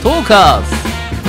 トーカーズ。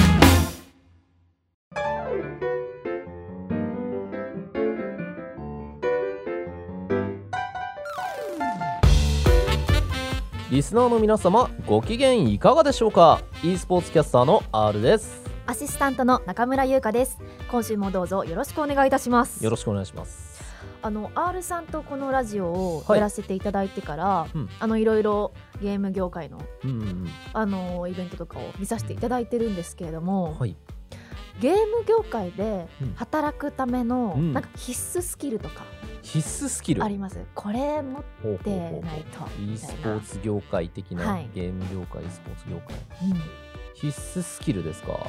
リスナーの皆様、ご機嫌いかがでしょうか。 e スポーツキャスターの R です。 アシスタントの中村優香です。今週もどうぞよろしくお願いいたします。 よろしくお願いします。 R さんとこのラジオをやらせていただいてから、いろいろゲーム業界の、イベントとかを見させていただいてるんですけれども、ゲーム業界で働くための、なんか必須スキルとか必須スキルあります？これ持ってないとみたいな。 e スポーツ業界的な、ゲーム業界、スポーツ業界、必須スキルですか。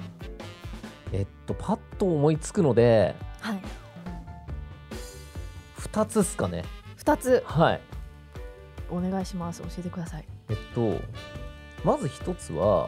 パッと思いつくので、2つですかね。 2つ、 はい、 お願いします。教えてください。 まず1つは、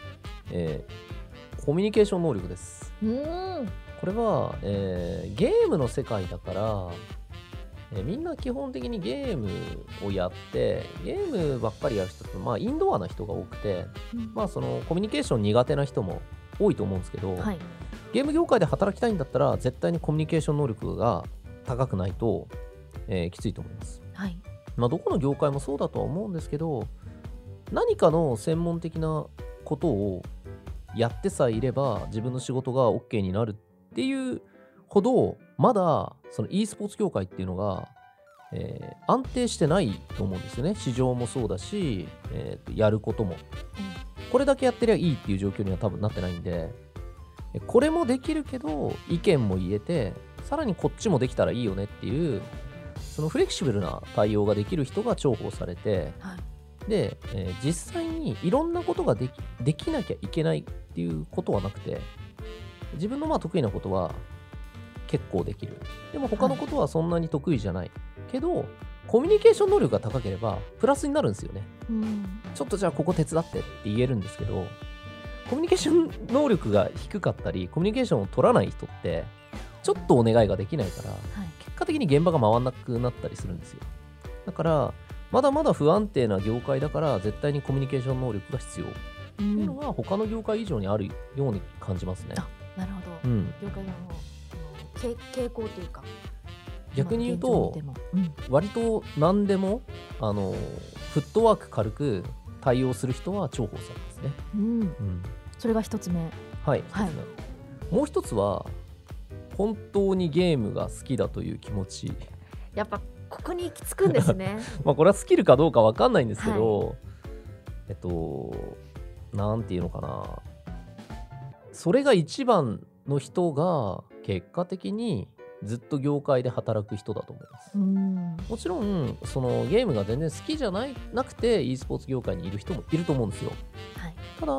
コミュニケーション能力です。これは、ゲームの世界だから、みんな基本的にゲームをやってゲームばっかりやる人って、インドアな人が多くて、そのコミュニケーション苦手な人も多いと思うんですけど、ゲーム業界で働きたいんだったら絶対にコミュニケーション能力が高くないと、きついと思います。どこの業界もそうだとは思うんですけど、何かの専門的なことをやってさえいれば自分の仕事が OK になるっていうほど、まだその e スポーツ業界っていうのが、安定してないと思うんですよね。市場もそうだし、やることも、これだけやってりゃいいっていう状況には多分なってないんで、これもできるけど意見も言えて、さらにこっちもできたらいいよねっていう、そのフレキシブルな対応ができる人が重宝されて、で、実際にいろんなことができなきゃいけないっていうことはなくて、自分の得意なことは結構できる。でも他のことはそんなに得意じゃない、けどコミュニケーション能力が高ければプラスになるんですよね。ちょっとじゃあここ手伝ってって言えるんですけど、コミュニケーション能力が低かったりコミュニケーションを取らない人ってちょっとお願いができないから、結果的に現場が回らなくなったりするんですよ。だからまだまだ不安定な業界だから、絶対にコミュニケーション能力が必要っていうのが他の業界以上にあるように感じますね。 なるほど、業界の傾向というか、 逆に言うと、割と何でもフットワーク軽く対応する人は重宝されますね。 それが一つ目。 一つ目。もう一つは本当にゲームが好きだという気持ち。 やっぱここに行き着くんですね。 これはスキルかどうか分かんないんですけど、なんていうのかな、それが一番の人が結果的にずっと業界で働く人だと思います。もちろんそのゲームが全然好きじゃなくて e スポーツ業界にいる人もいると思うんですよ。ただ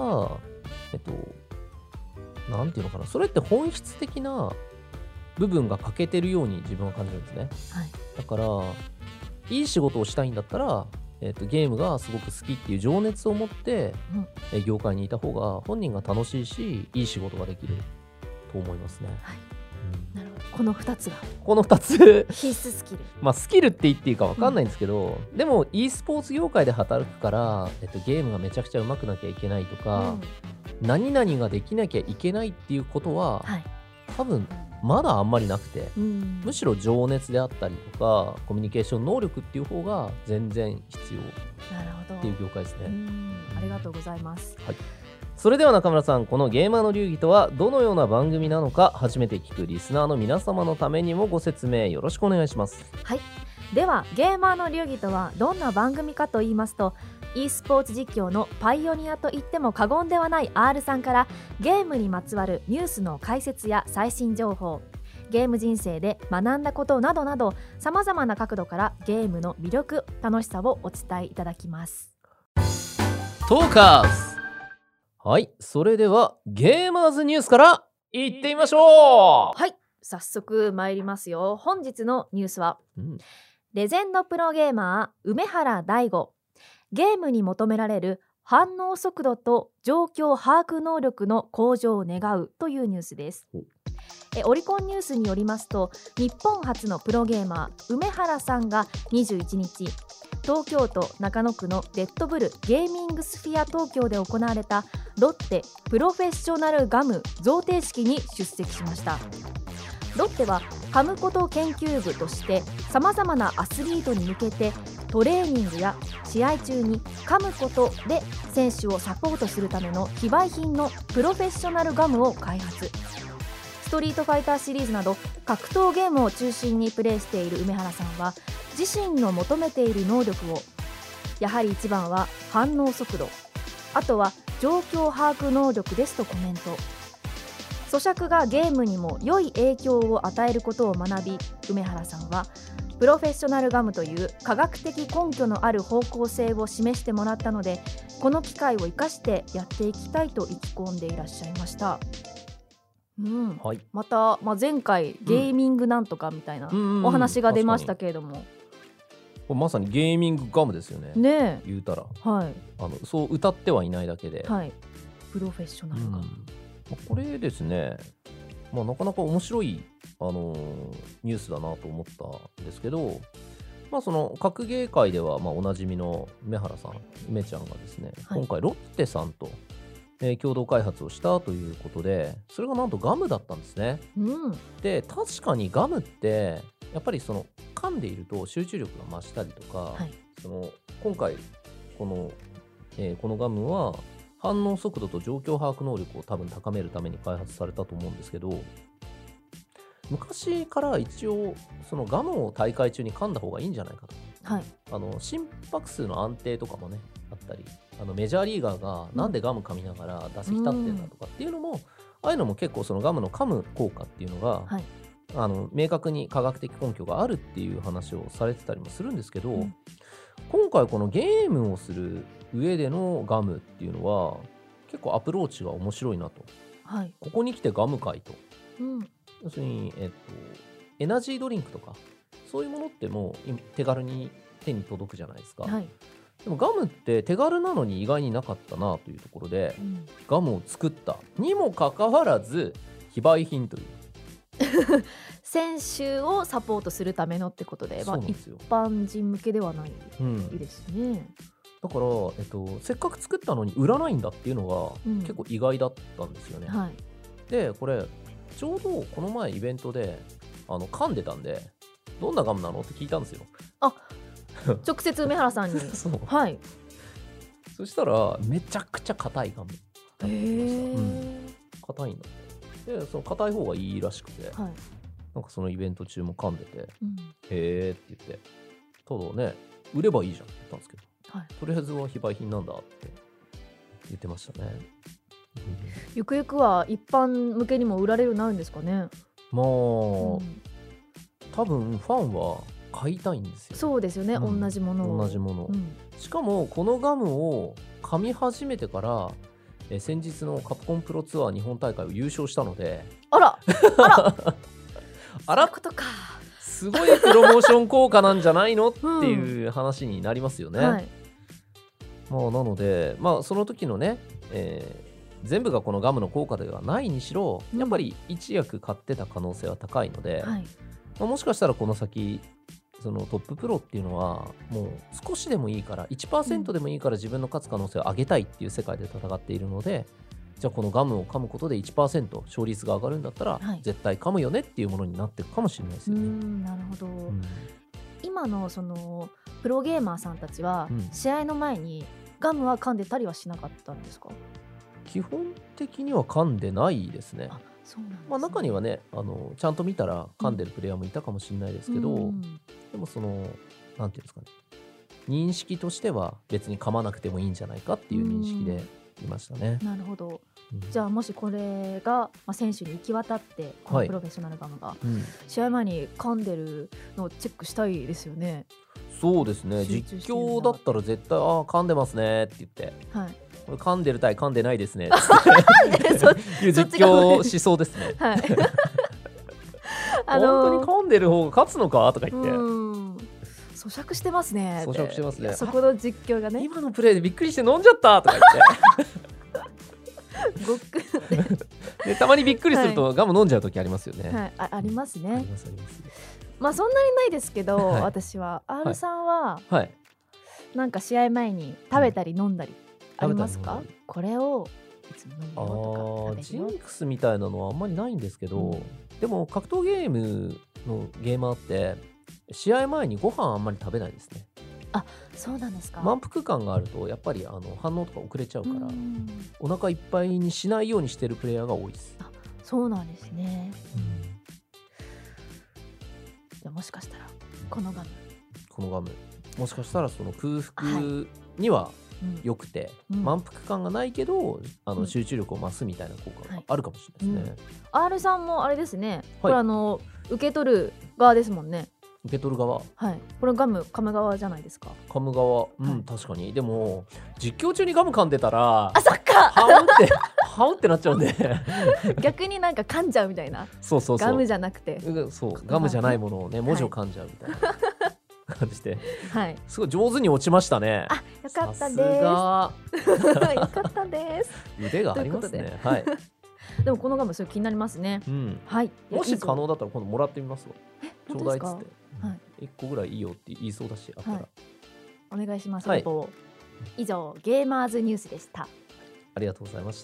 なんていうのかな、それって本質的な部分が欠けてるように自分は感じるんですね。だからいい仕事をしたいんだったら、ゲームがすごく好きっていう情熱を持って、業界にいた方が本人が楽しいし、いい仕事ができると思いますね。 なるほど。この2つが必須スキル。 スキルって言っていいか分かんないんですけど、でも e スポーツ業界で働くから、ゲームがめちゃくちゃ上手くなきゃいけないとか、何々ができなきゃいけないっていうことは、多分まだあんまりなくて、むしろ情熱であったりとかコミュニケーション能力っていう方が全然必要っていう業界ですね。 ありがとうございます。 それでは中村さん、このゲーマーの流儀とはどのような番組なのか、初めて聞くリスナーの皆様のためにもご説明よろしくお願いします。 ではゲーマーの流儀とはどんな番組かと言いますと、e スポーツ実況のパイオニアと言っても過言ではない R さんから、ゲームにまつわるニュースの解説や最新情報、ゲーム人生で学んだことなどなど、さまざまな角度からゲームの魅力、楽しさをお伝えいただきます。 トーカーズ。それではゲーマーズニュースからいってみましょう。 早速参りますよ。本日のニュースは、レジェンドプロゲーマー梅原大吾、ゲームに求められる反応速度と状況把握能力の向上を願うというニュースです。 オリコンニュースによりますと、日本初のプロゲーマー梅原さんが21日、東京都中野区のレッドブルゲーミングスフィア東京で行われたロッテプロフェッショナルガム贈呈式に出席しました。ロッテは噛むこと研究部としてさまざまなアスリートに向けてトレーニングや試合中に噛むことで選手をサポートするための非売品のプロフェッショナルガムを開発。ストリートファイターシリーズなど格闘ゲームを中心にプレイしている梅原さんは、自身の求めている能力を、やはり一番は反応速度、あとは状況把握能力ですとコメント。咀嚼がゲームにも良い影響を与えることを学び、梅原さんはプロフェッショナルガムという科学的根拠のある方向性を示してもらったので、この機会を生かしてやっていきたいと意気込んでいらっしゃいました。 はい、 また、前回ゲーミングなんとかみたいなお話が出ましたけれども、 これまさにゲーミングガムですよね。 ねえ、 言うたら、 はい、 そう歌ってはいないだけで、 はい、プロフェッショナルガム、 これですね、なかなか面白い、ニュースだなと思ったんですけど、その格ゲー界ではおなじみの梅原さん、梅ちゃんがですね、今回ロッテさんと、共同開発をしたということで、それがなんとガムだったんですね。で、確かにガムってやっぱりその噛んでいると集中力が増したりとか、その今回このガムは反応速度と状況把握能力を多分高めるために開発されたと思うんですけど、昔から一応そのガムを大会中に噛んだ方がいいんじゃないかと、心拍数の安定とかもねあったり、メジャーリーガーがなんでガム噛みながら打席立ってんだとかっていうのも、ああいうのも結構そのガムの噛む効果っていうのが、明確に科学的根拠があるっていう話をされてたりもするんですけど、今回このゲームをする上でのガムっていうのは結構アプローチが面白いなと、ここに来てガムかいと、要するに、エナジードリンクとかそういうものってもう手軽に手に届くじゃないですか、でもガムって手軽なのに意外になかったなというところで、ガムを作ったにもかかわらず非売品という選手をサポートするためのってことで、一般人向けではないですね。 だから、せっかく作ったのに売らないんだっていうのが、結構意外だったんですよね。でこれちょうどこの前イベントで噛んでたんで、どんなガムなのって聞いたんですよ。 直接梅原さんにそう、そしたらめちゃくちゃ硬いガムだって言いました。硬いんだって。でその硬い方がいいらしくて、なんかそのイベント中も噛んでて、へーって言って、ただね売ればいいじゃんって言ったんですけど、とりあえずは非売品なんだって言ってましたね。 ゆくゆくは一般向けにも売られるようになるんですかね。 多分ファンは買いたいんですよ。 そうですよね、同じものを。 しかもこのガムを噛み始めてから、先日のカプコンプロツアー日本大会を優勝したので、 あらそういうことか。 すごいプロモーション効果なんじゃないのっていう話になりますよね。なので、その時のね、全部がこのガムの効果ではないにしろ、やっぱり一役買ってた可能性は高いので、もしかしたらこの先そのトッププロっていうのはもう少しでもいいから 1% でもいいから自分の勝つ可能性を上げたいっていう世界で戦っているので、じゃあこのガムを噛むことで 1% 勝率が上がるんだったら、絶対噛むよねっていうものになっていくかもしれないですよね。 なるほど、今のそのプロゲーマーさんたちは、試合の前にガムは噛んでたりはしなかったんですか？ 基本的には噛んでないですね。 そうなんですね。 中にはねちゃんと見たら噛んでるプレイヤーもいたかもしれないですけど、でもそのなんていうんですかね、認識としては別に噛まなくてもいいんじゃないかっていう認識でいましたね。 なるほど、じゃあもしこれが、選手に行き渡ってこのプロフェッショナルガムが、試合前に噛んでるのをチェックしたいですよね。 そうですね、実況だったら絶対噛んでますねって言って、これ噛んでる対噛んでないですねっていう実況しそうですね。本当に噛んでる方が勝つのかとか言って、 咀嚼してますね。 咀嚼してますね。 そこの実況がね、 今のプレーでびっくりして飲んじゃったとか言ってでたまにびっくりするとガム飲んじゃう時ありますよね。 はい、ありますね。 ありますあります。 まあそんなにないですけど、 はい私は R さんははい。 なんか試合前に食べたり飲んだりありますか？ 食べたり飲んだりこれをいつも飲むよとか食べるよ。 ジンクスみたいなのはあんまりないんですけど、 うんでも格闘ゲームのゲーマーって試合前にご飯あんまり食べないですね。 そうなんですか。 満腹感があるとやっぱり反応とか遅れちゃうから、 うんお腹いっぱいにしないようにしてるプレイヤーが多いです。 そうなんですね。じゃあもしかしたらこのガム、 このガムもしかしたらその空腹には良くて、満腹感がないけど集中力を増すみたいな効果があるかもしれないですね。 R さんもあれですね、 はいこれ受け取る側ですもんね。 受け取る側、 はい、これガム噛む側じゃないですか。 噛む側、 はい確かに。でも実況中にガム噛んでたらあ、そっかハウってなっちゃうんで逆になんか噛んじゃうみたいな。 そうそうそう、 ガムじゃなくて、 そうガムじゃないものをね、文字を噛んじゃうみたいな感じで、 はい、 すごい上手に落ちましたね。 あ、よかったです。 さすがよかったです。 腕がありますね。はい。 でもこのガムすごい気になりますね。はい。 もし可能だったら今度もらってみますわ。ちょうだいっつって、 はい、 1個ぐらいいいよって言いそうだし、あったら、 お願いします。 はい、 以上ゲーマーズニュースでした。 ありがとうございました。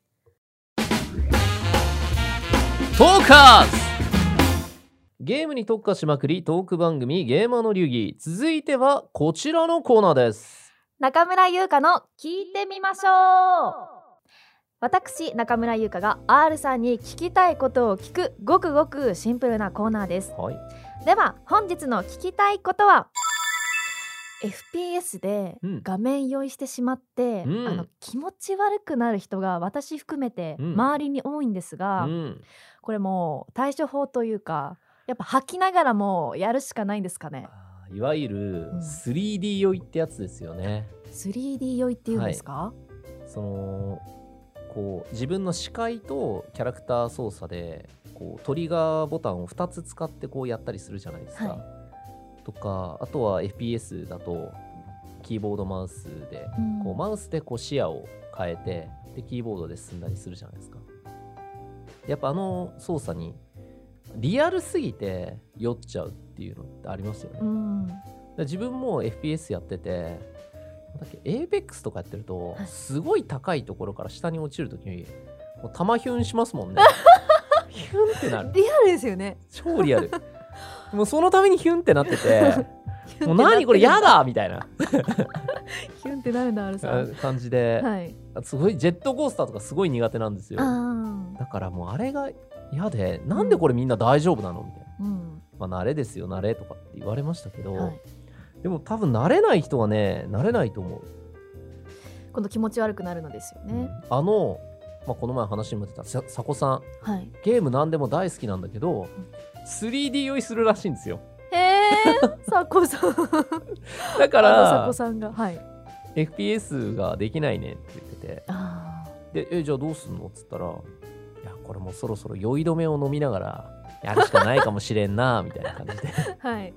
トーカーズ、ゲームに特化しまくりトーク番組ゲーマーの流儀。続いてはこちらのコーナーです。 中村優香の聞いてみましょう。私中村優香が R さんに聞きたいことを聞くごくごくシンプルなコーナーです。 はい、 では本日の聞きたいことは、FPS で画面用意してしまって、気持ち悪くなる人が私含めて周りに多いんですが、これもう対処法というか、やっぱ吐きながらもやるしかないんですかね。 いわゆる 3D 酔いってやつですよね。 3D 酔いっていうんですか？ そのこう自分の視界とキャラクター操作でこうトリガーボタンを2つ使ってこうやったりするじゃないですか、とか、あとは FPS だとキーボードマウスで、こうマウスでこう視野を変えてでキーボードで進んだりするじゃないですか。やっぱ操作にリアルすぎて酔っちゃうっていうのってありますよね。自分も FPS やってて、だっけ APEX とかやってると、すごい高いところから下に落ちるときにもう玉ヒュンしますもんね。ヒュンってなる。 リアルですよね。 超リアル。もうそのためにヒュンってなっててもう何これやだみたいなヒュンってなるんだ、あるさん感じで、すごいジェットコースターとかすごい苦手なんですよ。だからもうあれが嫌で、なんでこれみんな大丈夫なのみたいな、まあ慣れですよ、慣れとかって言われましたけど、でも多分慣れない人はね、慣れないと思う。 今度気持ち悪くなるのですよね。 まあ、この前話にも出たさこさん、ゲーム何でも大好きなんだけど、3D 酔いするらしいんですよ。さこさんだからさこさんが、 FPS ができないねって言ってて、でじゃあどうすんのっつったら、いやこれもうそろそろ酔い止めを飲みながらやるしかないかもしれんなみたいな感じで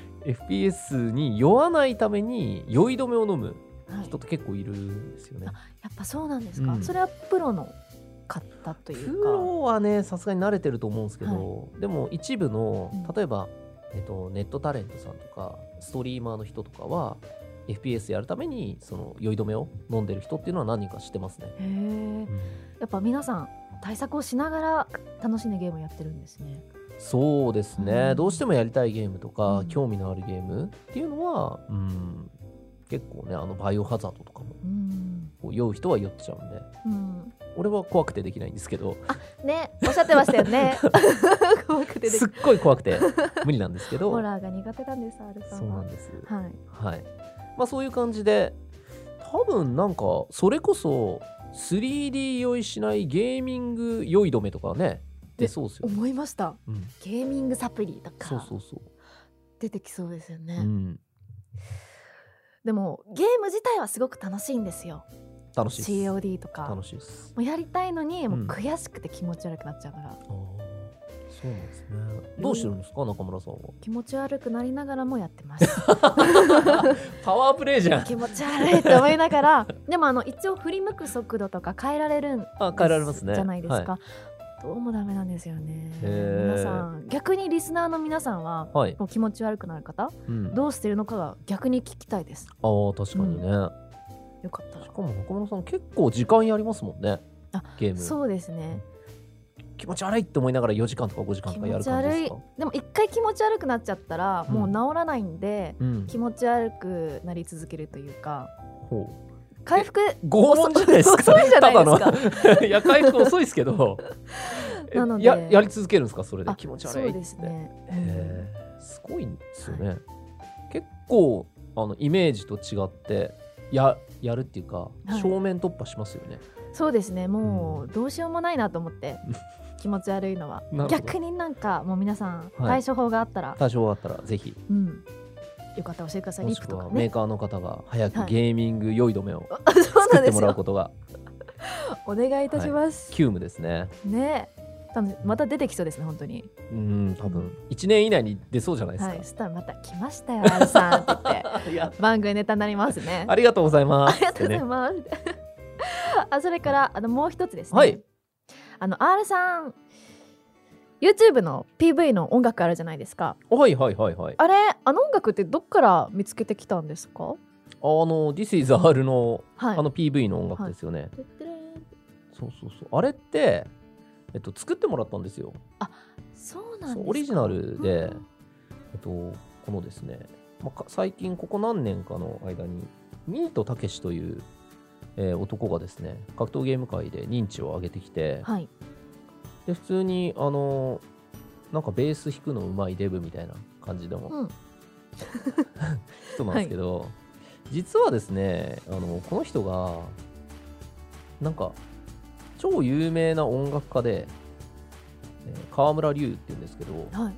FPS に酔わないために酔い止めを飲む人って結構いるんですよね。 やっぱそうなんですか。それはプロの方というか。 プロはね、さすがに慣れてると思うんですけど、でも一部の例えば、ネットタレントさんとかストリーマーの人とかは FPS やるためにその酔い止めを飲んでる人っていうのは何人か知ってますね。 やっぱ皆さん対策をしながら楽しんでゲームをやってるんですね。 そうですね、どうしてもやりたいゲームとか、興味のあるゲームっていうのは、結構ね、バイオハザードとかも、酔う人は酔っちゃうんで、俺は怖くてできないんですけど、 ね、おっしゃってましたよね。怖くてすっごい怖くて無理なんですけど、 ホラーが苦手なんです、Rさんは。 そうなんです。まあそういう感じで、多分なんかそれこそ 3D 酔いしないゲーミング酔い止めとかね、出そうですよ。 思いました、ゲーミングサプリとかそう出てきそうですよね。でもゲーム自体はすごく楽しいんですよ。 楽しいです。 COD とか楽しいです。 もうやりたいのに、もう悔しくて気持ち悪くなっちゃうから。 そうなんですね。どうしてるんですか、中村さんは。 気持ち悪くなりながらもやってますパワープレイじゃん。 気持ち悪いって思いながらでも一応振り向く速度とか変えられるんです変えられますねじゃないですか、 はどうもダメなんですよね。 へー皆さん逆にリスナーの皆さんは、 はい、 もう気持ち悪くなる方うん、 どうしてるのかが逆に聞きたいです。 ああ確かにね、 よかったらしかも中村さん結構時間やりますもんね。 あゲームそうですね。 気持ち悪いって思いながら4時間とか5時間気とかやる持ち悪い感じですか。 でも一回気持ち悪くなっちゃったら、 うんもう治らないんで、 うん、 気持ち悪くなり続けるというかほ回復拷問じゃないですか。 遅いじゃないですかただのいや回復遅いですけどなのでやり続けるんですか、それであ気持ち悪いって。 そうですね、 へーすごいんですよね、結構イメージと違ってやるっていうか、 はい正面突破しますよね。 そうですね。もうどうしようもないなと思って気持ち悪いのはなるほど逆になんかもう皆さんはい対処法があったら、 多少あったらぜひ、 よかったら教えてください。 もしくリップとかねはメーカーの方が早くはいゲーミング酔い止めをそう作ってもらうなんですよ。 ことがお願いいたします、 急務ですね。 ね多分また出てきそうですね本当に。 多分1年以内に出そうじゃないですか。 はい、そしたらまた来ましたよ R さんって言っていや番組ネタになりますね。 ありがとうございます。 ありがとうございねます。それからもう一つですね。 はい R さん YouTube の PV の音楽あるじゃないですか。 はいはいはいはい。 あれ音楽ってどっから見つけてきたんですか？ This is R の、 はい。 PV の音楽ですよね。 てってれーんそうそうそう。あれって、作ってもらったんですよ。 そうなんですか。 そうオリジナルでうんこのですね、最近ここ何年かの間にニートたけしという、男がですね、格闘ゲーム界で認知を上げてきて、 はい。 で普通になんかベース弾くのうまいデブみたいな感じでも、 うん。 人なんですけど、実はですねこの人がなんか超有名な音楽家で、川村隆っていうんですけど、 はい。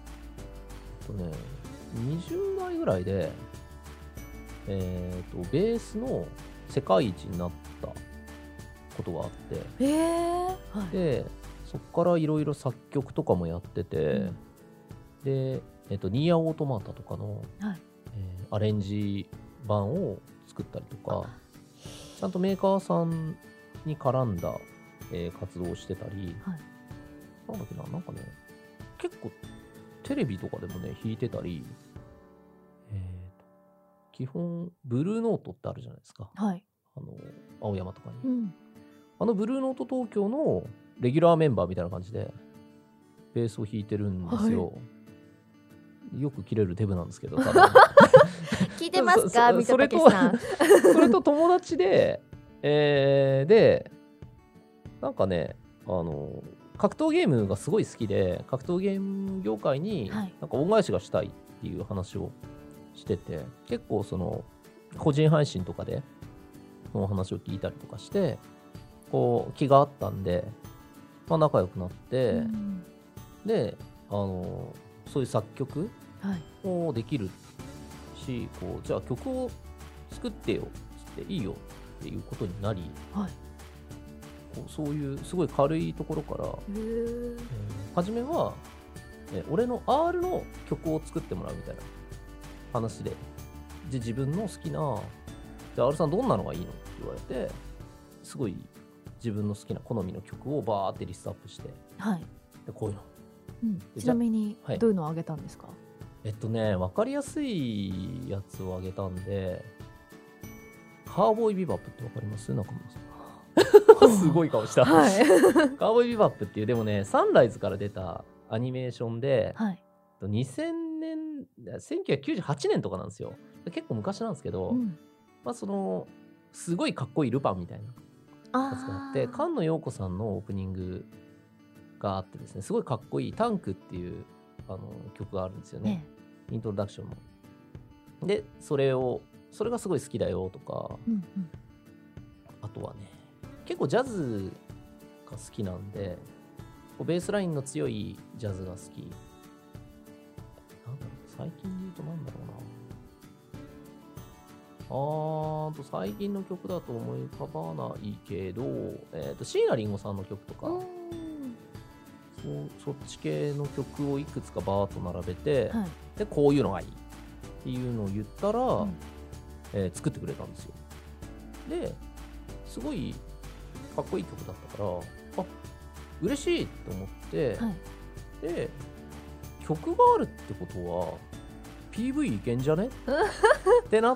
20代ぐらいで、ベースの世界一になったことがあってはい。 でそこからいろいろ作曲とかもやってて、で、ニーアオートマタとかの、 はいアレンジ版を作ったりとか、ちゃんとメーカーさんに絡んだ、活動をしてたり、 はいなんだっけな、なんかね、結構テレビとかでもね、弾いてたり、基本、ブルーノートってあるじゃないですか。 はい。 青山とかに。 うん。 ブルーノート東京のレギュラーメンバーみたいな感じで、ベースを弾いてるんですよ。よく切れるデブなんですけど、多分聞いてますか、三田それと武さん。 それと友達で、で、なんかね、格闘ゲームがすごい好きで、格闘ゲーム業界にはいなんか恩返しがしたいっていう話をしてて、結構個人配信とかでその話を聞いたりとかして、こう気があったんで、仲良くなって、 うんで、そういう作曲はい。 をできるし、じゃあ曲を作ってよつっていいよっていうことになり、 はい。 そういうすごい軽いところから、初めは、俺の R の曲を作ってもらうみたいな話で、自分の好きな、じゃあ R さんどんなのがいいのって言われて、すごい自分の好きな好みの曲をバーってリストアップして、 はい。 でこういうの。 ちなみにはいどういうのをあげたんですか？ わかりやすいやつをあげたんで、カーボーイビバップってわかります中村さん。すごい顔した。 はい。 カーボーイビバップっていう、でもね、サンライズから出たアニメーションで、 はい。 1998年とかなんですよ。結構昔なんですけど、 うんすごいかっこいいルパンみたいなやつがあって、菅ー野陽子さんのオープニングがあってですね、すごいかっこいいタンクっていう曲があるんですよね。 ねイントロダクションの。で、それがすごい好きだよとか、 うんうんあとはね、結構ジャズが好きなんで、ベースラインの強いジャズが好き。なんだろう、最近で言うとなんだろうな。最近の曲だと思い浮かばないけど、椎名林檎さんの曲とか、 うんそっち系の曲をいくつかバーッと並べて、 はいでこういうのがいいっていうのを言ったら、 ん作ってくれたんですよ。ですごいかっこいい曲だったから嬉しいと思って、 はいで曲があるってことは PV いけんじゃねってなって、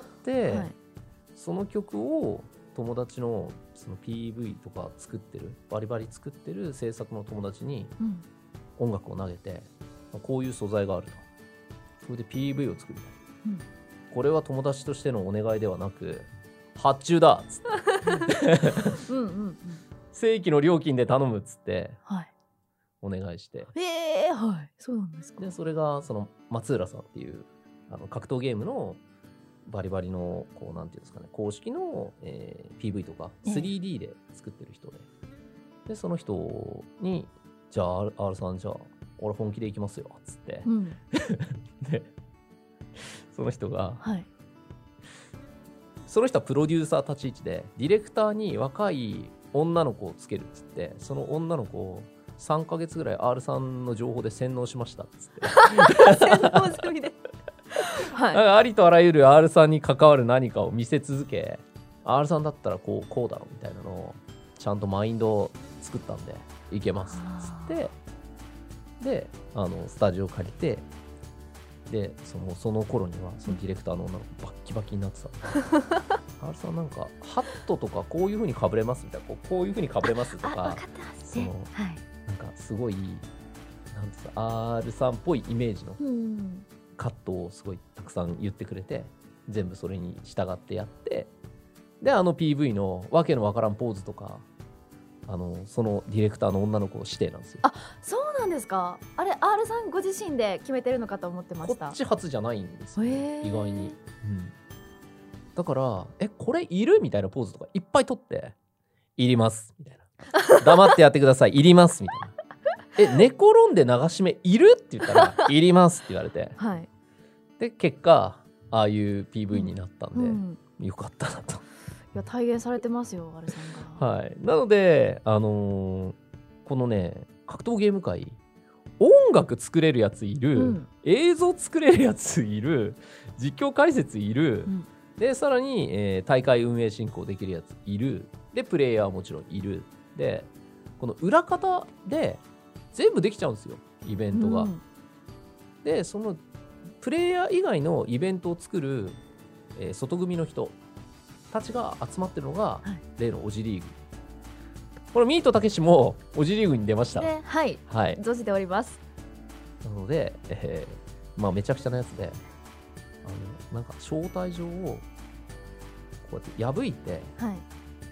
はいその曲を友達のその PV とか作ってるバリバリ作ってる制作の友達にうん音楽を投げて、こういう素材があると、それで PV を作りたい、 うんこれは友達としてのお願いではなく発注だっつってうんうんうん正規の料金で頼むっつってはいお願いして、 はいそうなんですか。 でそれがその松浦さんっていう格闘ゲームのバリバリのこうなんていうんですかね、公式の、PV とか 3D で作ってる人で、その人にじゃあ R さんじゃあ俺本気でいきますよっつってうんでその人がはいその人はプロデューサー立ち位置でディレクターに若い女の子をつけるっつって、その女の子を3ヶ月ぐらい R さんの情報で洗脳しましたっつって洗脳済みではいありとあらゆる R さんに関わる何かを見せ続け、 R さんだったらこうだろみたいなのをちゃんとマインドを作ったんでいけますっつってでスタジオを借りて、でその頃にはそのディレクターの女の子バッキバキになってたR さんなんかハットとかこういう風にかぶれますみたいな、こういう風にかぶれますとか分かってますねはいなんかすごいなんですか R さんっぽいイメージのうんカットをすごいたくさん言ってくれて、全部それに従ってやって、でPV のわけのわからんポーズとかそのディレクターの女の子指定なんですよ。 そうなんですか。あれ R さんご自身で決めてるのかと思ってました。 こっち初じゃないんですよ、 へー意外に、だからこれいるみたいなポーズとかいっぱい撮っていりますみたいな黙ってやってくださいいりますみたいな寝転んで流し目いるって言ったらいりますって言われて、 はいで結果ああいう PV になったんで、 うんよかったなと。 いや体現されてますよ R さんが。 はい、なので、このね格闘ゲーム界音楽作れるやついる、 うん映像作れるやついる、実況解説いる、 うんでさらに、大会運営進行できるやついる、でプレイヤーはもちろんいる、でこの裏方で全部できちゃうんですよイベントが、 うんでそのプレイヤー以外のイベントを作る、外組の人たちが集まってるのが、 はい例のオジリーグ。これミートたけしもオジリーグに出ました、 ではいはい、 存じております。 なので、まあめちゃくちゃなやつでなんか招待状をこうやって破いて、 はいなんか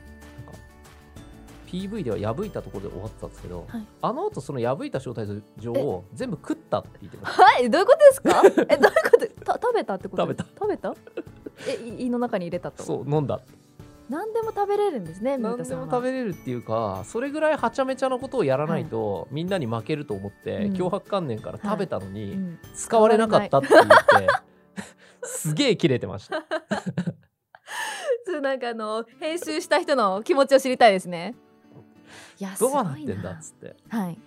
PV では破いたところで終わってたんですけど、 はいあの後その破いた招待状を全部食ったって言ってましはいどういうことですか？どういうこと食べたってこと？ 食べた胃の中に入れたと。 そう飲んだ、 何でも食べれるんですね。 何でも食べれるっていうか、それぐらいはちゃめちゃなことをやらないと、みんなに負けると思って、 うん脅迫観念から食べたのに、 うん使われなかったって言ってすげえキレてましたそうなんか編集した人の気持ちを知りたいですね。いやどうなってんだっすつって。 ごいなはい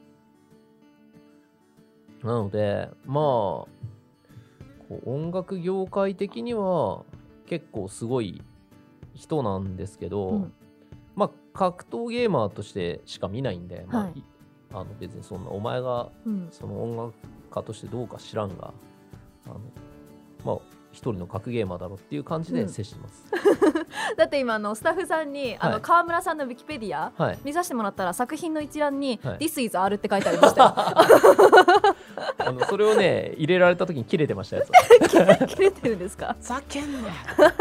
なのでまあこう音楽業界的には結構すごい人なんですけど、 うんまあ格闘ゲーマーとしてしか見ないんで、まあはい別にそんなお前がうんその音楽家としてどうか知らんがまあ一人の格ゲーマーだろっていう感じで接してます、 だって今スタッフさんにはい川村さんのウィキペディアはい見させてもらったら作品の一覧にはい This is R って書いてありましたよ。 それをね入れられた時に切れてましたやつ切れてるんですか？ ざけんなよ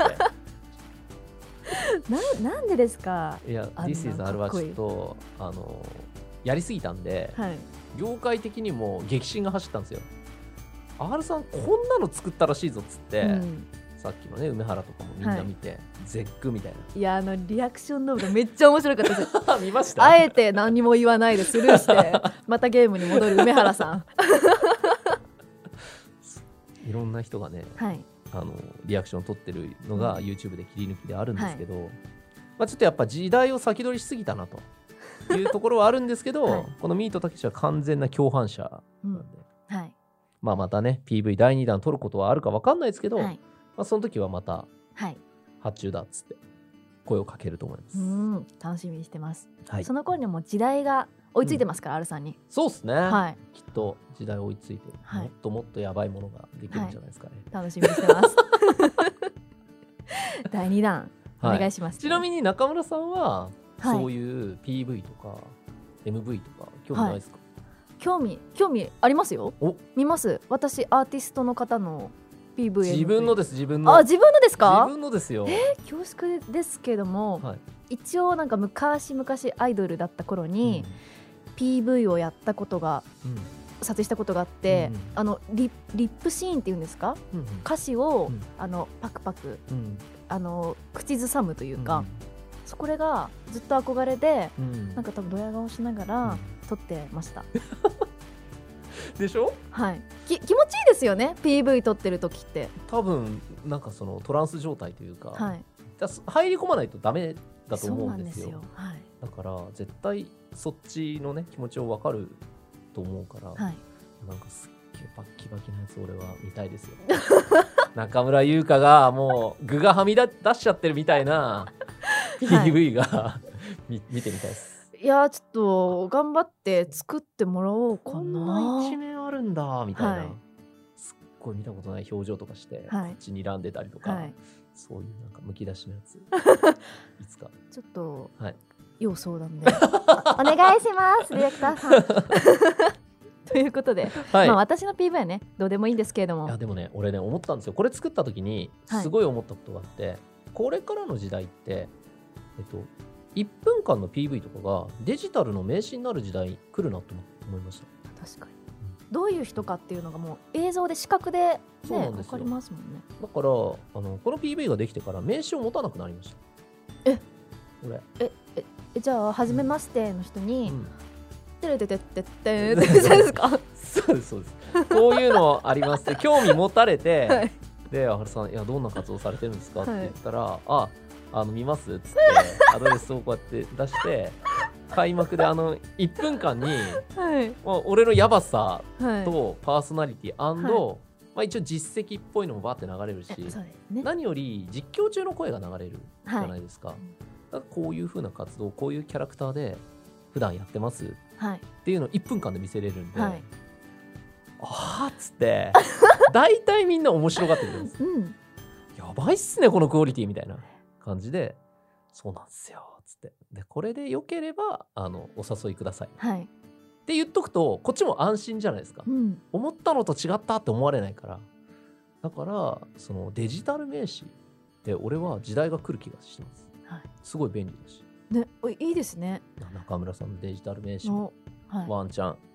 なんでですか？ いやあんな This is R はちょっとやりすぎたんで、 はい業界的にも激震が走ったんですよ。 R さんこんなの作ったらしいぞっつって、 うんさっきのね梅原とかもみんな見て、絶句みたいいやリアクションの部分めっちゃ面白かったです。 な見ましたあえて何も言わないでスルーしてまたゲームに戻る梅原さん。 いろんな人がねはいリアクション取ってるのが YouTube で切り抜きであるんですけど、まあ、ちょっとやっぱ時代を先取りしすぎたなというところはあるんですけど、 はいこのミートたけしは完全な共犯者なんで、 はいまあまたね PV 第2弾撮ることはあるか分かんないですけど、 はいまあ、その時はまたはい発注だっつって声をかけると思います。 楽しみにしてます、 はい、 その頃にはもう時代が追いついてますから、R さんに。 そうですね、 はいきっと時代追いついて、 はいもっともっとやばいものができるんじゃないですかね。 楽しみにしてます第2弾お願いします、 ちなみに中村さんは、 はいそういう PV とか MV とか興味ないですか？ 興味ありますよ。 お見ます。私アーティストの方の PV。 自分のです。自分の。 あ、自分のですか？ 自分のですよ。 恐縮ですけども、 はい、 一応なんか昔アイドルだった頃に、PV をやったことが、撮影したことがあって、リップシーンっていうんですか、歌詞を、パクパク、口ずさむというか、これがずっと憧れで、なんか多分ドヤ顔しながら撮ってました、 でしょ？ はい、気持ちいいですよね PV 撮ってる時って。 多分なんかそのトランス状態というか、 はい、 入り込まないとダメだと思うんですよ。 そうなんですよ、はい、 だから絶対そっちのね気持ちを分かると思うから、 はい、 なんかすっげえバッキバキなやつ俺は見たいですよ中村優香がもう具がはみ出しちゃってるみたいな PV が、はい、見てみたいです。 いやちょっと頑張って作ってもらおうかな。 こんな一面あるんだみたいな、 はい、 すっごい見たことない表情とかして、 はい、 こっちにらんでたりとか、はい、そういうなんかむき出しのやついつかちょっと、 はい、 要相談でお願いしますディレクターさんということで、はい、まあ私の PV はねどうでもいいんですけれども、 いやでもね俺ね思ったんですよ。これ作った時にすごい思ったことがあって、はい、これからの時代って1分間の PV とかがデジタルの名詞になる時代来るなと思いました。 確かに、どういう人かっていうのがもう映像で視覚で、ね、分かりますもんね。 だからこの PV ができてから名詞を持たなくなりました。俺じゃあ初めましての人にてれててってってですか？ そうですそうですこういうのありますって興味持たれて、はい、であはるさんいやどんな活動されてるんですかって言ったら、はい、見ますっつってアドレスをこうやって出して開幕で1分間に、はいまあ、俺のヤバさとパーソナリティ&、はいまあ、一応実績っぽいのもバーって流れるし、ね、何より実況中の声が流れるじゃないですか、はい、だからこういう風な活動こういうキャラクターで普段やってます、はい、っていうのを1分間で見せれるんで、はい、あーっつって大体みんな面白がってくれるんです、やばいっすねこのクオリティみたいな感じでそうなんですよつってでこれで良ければお誘いください、はい、って言っとくとこっちも安心じゃないですか、思ったのと違ったって思われないから。だからそのデジタル名詞で俺は時代が来る気がしてます、はい、すごい便利だし、 ね、いいですね。 中村さんのデジタル名詞も、はい、ワンチャン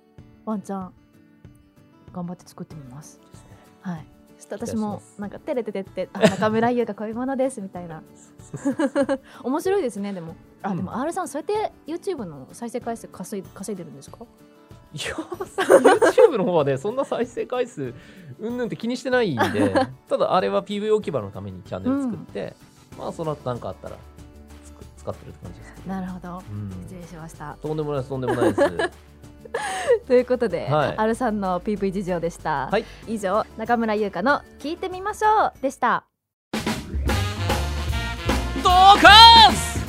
頑張って作ってみます、はい、そして私もなんかテレテテって中村優香こういうものですみたいな面白いですね。でもでも R さんそうやって YouTube の再生回数稼いでるんですか？ いや YouTube の方はねそんな再生回数うんぬんって気にしてないんでただあれは PV 置き場のためにチャンネル作って、まあその後何かあったら使ってるって感じですけど。 なるほど、失礼しました。 とんでもないですとんでもないですということで、はい、R さんの PV 事情でした、はい、以上中村優香の聞いてみましょうでした。 ドーカース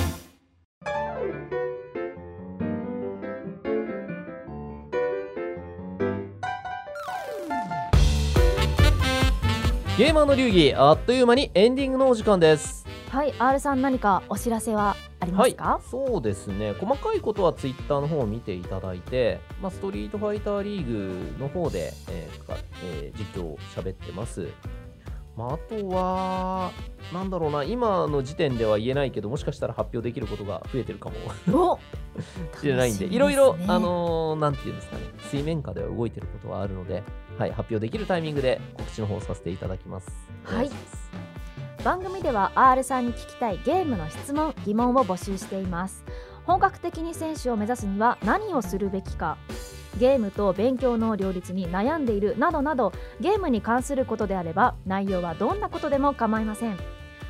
ゲーマーの流儀あっという間にエンディングのお時間です。 はい、R さん何かお知らせはありますか？ はい、そうですね細かいことはツイッターの方を見ていただいて、ストリートファイターリーグの方で、実況を喋ってます。あとはなんだろうな今の時点では言えないけどもしかしたら発表できることが増えてるかもしれないんでいろいろなんていうんですかね水面下では動いてることはあるので、はい、発表できるタイミングで告知の方させていただきます。 はい、番組では R さんに聞きたいゲームの質問疑問を募集しています。本格的に選手を目指すには何をするべきか、ゲームと勉強の両立に悩んでいるなどなどゲームに関することであれば内容はどんなことでも構いません。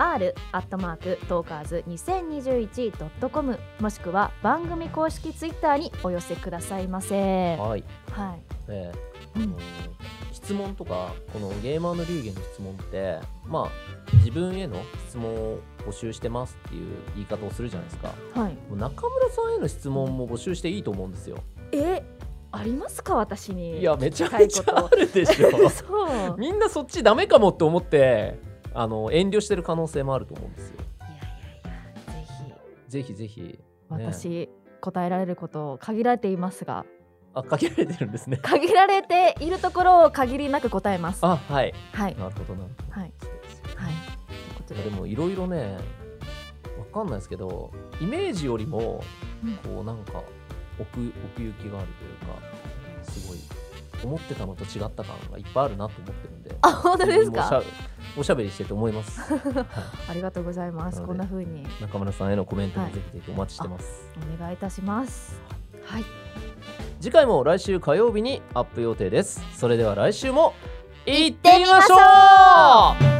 r@talkers2021.com もしくは番組公式ツイッターにお寄せくださいませ。 はい、 はい。 質問とかこのゲーマーの流儀の質問ってまあ自分への質問を募集してますっていう言い方をするじゃないですか。 はい。 もう中村さんへの質問も募集していいと思うんですよ。 ありますか私に。 いやめちゃめちゃあるでしょそうみんなそっちダメかもって思って遠慮してる可能性もあると思うんですよ。 いやぜひぜひ、 私答えられること限られていますが。 限られてるんですね。 限られているところを限りなく答えます。 はい、 はい、 なるほどな。 はい、 そうですよね。 はい、ということでもいろいろねわかんないですけどイメージよりもこうなんか奥行きがあるというかすごい思ってたのと違った感がいっぱいあるなと思ってるんで。 本当ですか。 おしゃべりしてて思います、はい、 ありがとうございます。こんな風に中村さんへのコメントもぜひぜひお待ちしてます、 お願いいたします。はい、 次回も来週火曜日にアップ予定です。それでは来週も行ってみましょう。